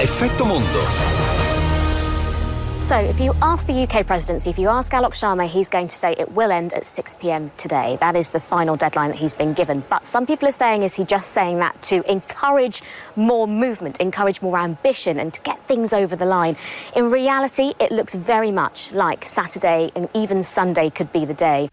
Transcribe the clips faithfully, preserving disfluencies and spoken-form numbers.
Effetto Mondo. So, if you ask the U K presidency, if you ask Alok Sharma, he's going to say it will end at six p.m. today. That is the final deadline that he's been given. But some people are saying, is he just saying that to encourage more movement, encourage more ambition, and to get things over the line? In reality, it looks very much like Saturday and even Sunday could be the day.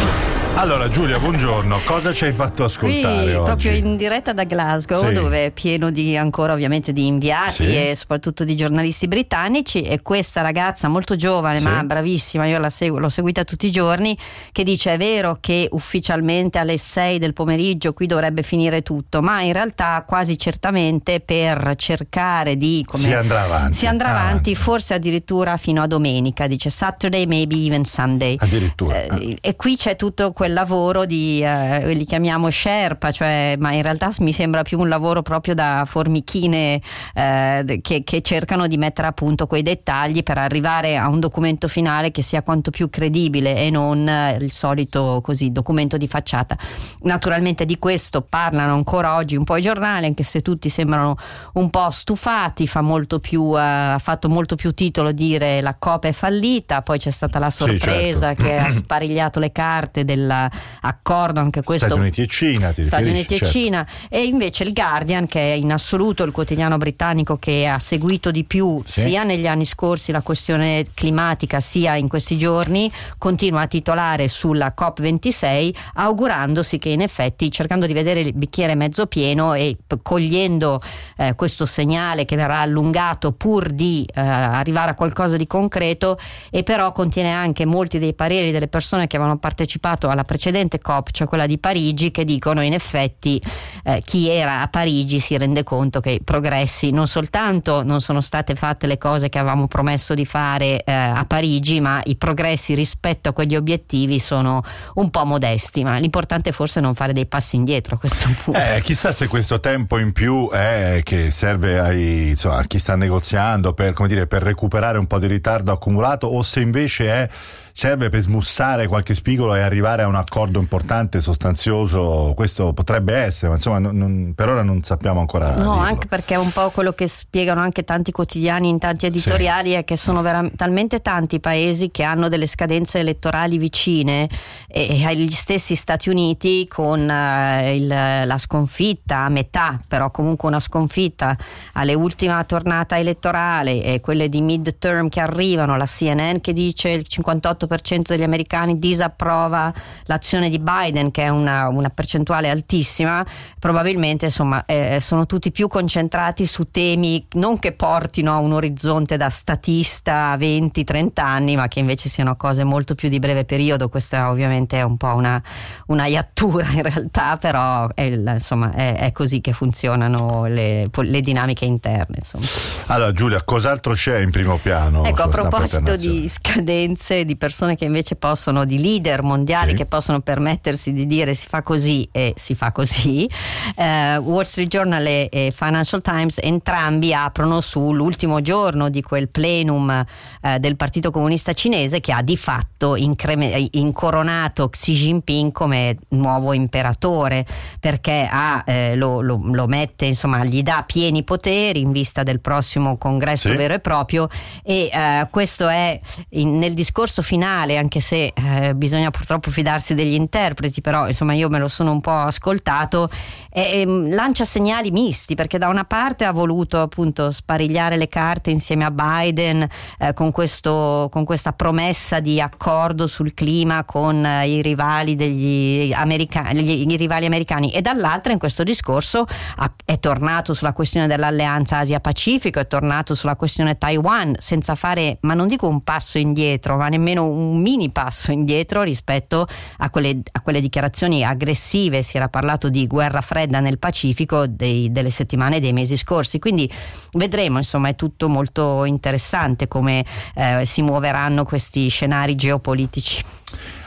Allora Giulia, buongiorno, cosa ci hai fatto ascoltare Qui, oggi? Proprio in diretta da Glasgow, sì. dove è pieno di ancora ovviamente di inviati sì. e soprattutto di giornalisti britannici, e questa ragazza molto giovane sì. ma bravissima, io la seguo, l'ho seguita tutti i giorni, che dice: è vero che ufficialmente alle sei del pomeriggio qui dovrebbe finire tutto, ma in realtà quasi certamente per cercare di come, si andrà avanti, si andrà avanti, avanti forse addirittura fino a domenica, dice Saturday maybe even Sunday addirittura eh, e qui c'è tutto quel lavoro di eh, li chiamiamo Sherpa, cioè, ma in realtà mi sembra più un lavoro proprio da formichine eh, che, che cercano di mettere a punto quei dettagli per arrivare a un documento finale che sia quanto più credibile e non eh, il solito così documento di facciata. Naturalmente di questo parlano ancora oggi un po' i giornali, anche se tutti sembrano un po' stufati. Fa molto più, eh, ha fatto molto più titolo dire la COP è fallita, poi c'è stata la sorpresa sì, certo. che ha sparigliato le carte del accordo, anche questo Stati Uniti e Cina, ti Stati riferisci? Uniti e certo. Cina. E invece il Guardian, che è in assoluto il quotidiano britannico che ha seguito di più sì. sia negli anni scorsi la questione climatica sia in questi giorni, continua a titolare sulla COP ventisei, augurandosi che in effetti, cercando di vedere il bicchiere mezzo pieno e cogliendo eh, questo segnale che verrà allungato pur di eh, arrivare a qualcosa di concreto, e però contiene anche molti dei pareri delle persone che avevano partecipato alla precedente COP, cioè quella di Parigi, che dicono in effetti eh, chi era a Parigi si rende conto che i progressi non soltanto non sono state fatte le cose che avevamo promesso di fare eh, a Parigi, ma i progressi rispetto a quegli obiettivi sono un po' modesti, ma l'importante è forse non fare dei passi indietro a questo punto. Eh, chissà se questo tempo in più è che serve ai, insomma, a chi sta negoziando per, come dire, per recuperare un po' di ritardo accumulato, o se invece è serve per smussare qualche spigolo e arrivare a un accordo importante, sostanzioso. Questo potrebbe essere, ma insomma non, non, per ora non sappiamo ancora no, dirlo. Anche perché un po' quello che spiegano anche tanti quotidiani in tanti editoriali sì. è che sono vera- talmente tanti paesi che hanno delle scadenze elettorali vicine, e, e agli stessi Stati Uniti con uh, il, la sconfitta a metà, però comunque una sconfitta alle ultima tornata elettorale, e quelle di midterm che arrivano, la C N N che dice il cinquantotto per cento degli americani disapprova l'azione di Biden, che è una, una percentuale altissima. Probabilmente insomma eh, sono tutti più concentrati su temi non che portino a un orizzonte da statista a venti trenta anni, ma che invece siano cose molto più di breve periodo. Questa ovviamente è un po' una, una iattura in realtà, però è, insomma è, è così che funzionano le, le dinamiche interne, insomma. Allora Giulia, cos'altro c'è in primo piano? Ecco, a proposito di scadenze, di persone che invece possono, di leader mondiali sì. che possono permettersi di dire si fa così e si fa così, eh, Wall Street Journal e, e Financial Times entrambi aprono sull'ultimo giorno di quel plenum eh, del Partito Comunista Cinese, che ha di fatto increme- incoronato Xi Jinping come nuovo imperatore, perché ha, eh, lo, lo, lo mette, insomma gli dà pieni poteri in vista del prossimo congresso sì. vero e proprio, e eh, questo è in, nel discorso finale, anche se eh, bisogna purtroppo fidarsi degli interpreti, però insomma io me lo sono un po' ascoltato, e, e lancia segnali misti, perché da una parte ha voluto appunto sparigliare le carte insieme a Biden eh, con questo con questa promessa di accordo sul clima con eh, i rivali degli americani, gli, i rivali americani, e dall'altra in questo discorso ha, è tornato sulla questione dell'alleanza Asia-Pacifico, è tornato sulla questione Taiwan, senza fare, ma non dico un passo indietro, ma nemmeno un mini passo indietro rispetto a quelle, a quelle dichiarazioni aggressive. Si era parlato di guerra fredda nel Pacifico dei, delle settimane e dei mesi scorsi, quindi vedremo, insomma è tutto molto interessante come eh, si muoveranno questi scenari geopolitici.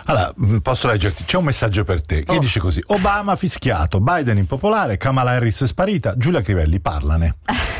Allora, posso leggerti, c'è un messaggio per te che oh. dice così: Obama fischiato, Biden impopolare, Kamala Harris sparita, Giulia Crivelli parlane.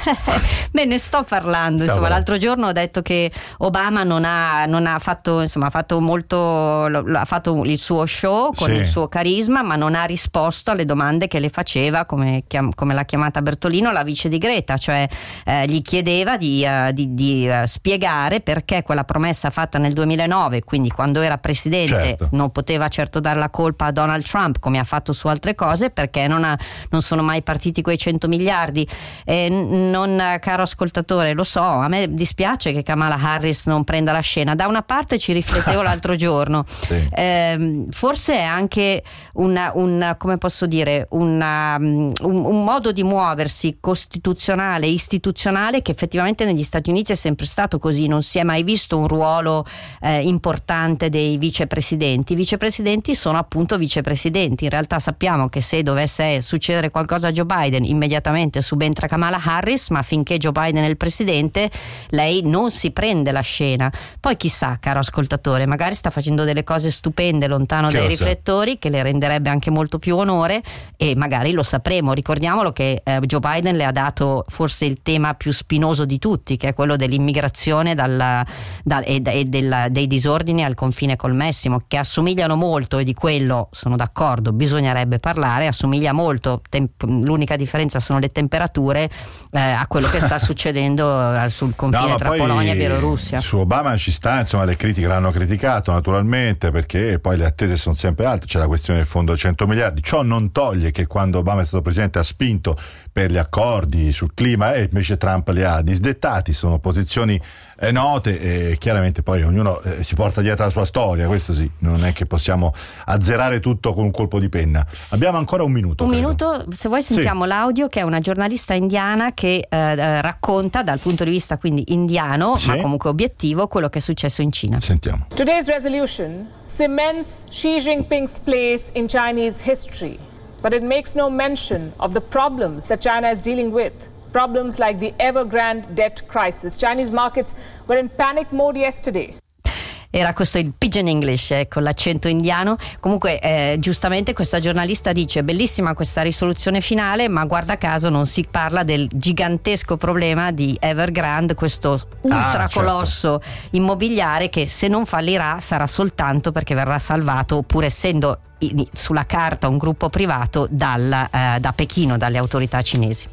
Beh, ne sto parlando, Stavo insomma, l'altro giorno ho detto che Obama non ha, non ha fatto, insomma, ha fatto molto, ha fatto il suo show con sì. il suo carisma, ma non ha risposto alle domande che le faceva, come, come l'ha chiamata Bertolino, la vice di Greta, cioè eh, gli chiedeva di, uh, di, di uh, spiegare perché quella promessa fatta nel duemilanove, quindi quando era presidente, certo. non poteva certo dare la colpa a Donald Trump come ha fatto su altre cose, perché non, ha, non sono mai partiti quei cento miliardi. Eh, non, caro ascoltatore, lo so, a me dispiace che Kamala Harris non prenda la scena. Da una parte ci riflettevo l'altro giorno, sì. eh, forse è anche una, un, come posso dire, una, un, un modo di muoversi costituzionale, istituzionale, che effettivamente negli Stati Uniti è sempre stato così. Non si è mai visto un ruolo eh, importante dei vicepresidenti. I vicepresidenti sono appunto vicepresidenti. In realtà sappiamo che se dovesse succedere qualcosa a Joe Biden, immediatamente subentra Kamala Harris, ma finché Joe Biden è il presidente lei non si prende la scena. Poi chissà, caro ascoltatore, magari sta facendo delle cose stupende lontano che dai riflettori sa. Che le renderebbe anche molto più onore, e magari lo sapremo. Ricordiamolo che eh, Joe Biden le ha dato forse il tema più spinoso di tutti, che è quello dell'immigrazione dalla, da, e, e della, dei disordini al confine col Messico, che assomigliano molto, e di quello sono d'accordo, bisognerebbe parlare, assomiglia molto, temp- l'unica differenza sono le temperature eh, a quello che sta succedendo eh, sul confine no, tra Polonia e Bielorussia. Su Obama ci sta, insomma, le critiche l'hanno criticato naturalmente, perché poi le attese sono sempre alte, c'è la questione del fondo cento miliardi. Ciò non toglie che quando Obama è stato presidente ha spinto per gli accordi sul clima e invece Trump li ha disdettati. Sono posizioni eh, note, e chiaramente poi ognuno eh, si porta dietro la sua storia, questo sì, non è che possiamo azzerare tutto con un colpo di penna. Abbiamo ancora un minuto. Un credo. minuto, se vuoi sentiamo sì. l'audio, che è una giornalista indiana che eh, racconta dal punto di vista quindi indiano, sì. ma comunque obiettivo, quello che è successo in Cina. Sentiamo. Today's resolution cements Xi Jinping's place in Chinese history, but it makes no mention of the problems that China is dealing with. Problems like the Evergrande debt crisis. Chinese markets were in panic mode yesterday. Era questo il Pidgin English eh, con l'accento indiano. Comunque eh, giustamente questa giornalista dice: bellissima questa risoluzione finale, ma guarda caso non si parla del gigantesco problema di Evergrande, questo ultracolosso ah, certo. immobiliare, che se non fallirà sarà soltanto perché verrà salvato, pur essendo sulla carta un gruppo privato, dalla, eh, da Pechino, dalle autorità cinesi.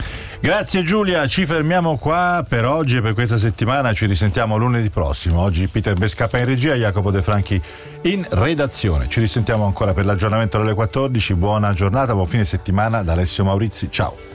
Grazie Giulia, ci fermiamo qua per oggi e per questa settimana. Ci risentiamo lunedì prossimo. Oggi Peter Bescapa in regia, Jacopo De Franchi in redazione. Ci risentiamo ancora per l'aggiornamento alle quattordici. Buona giornata, buon fine settimana da Alessio Maurizi. Ciao.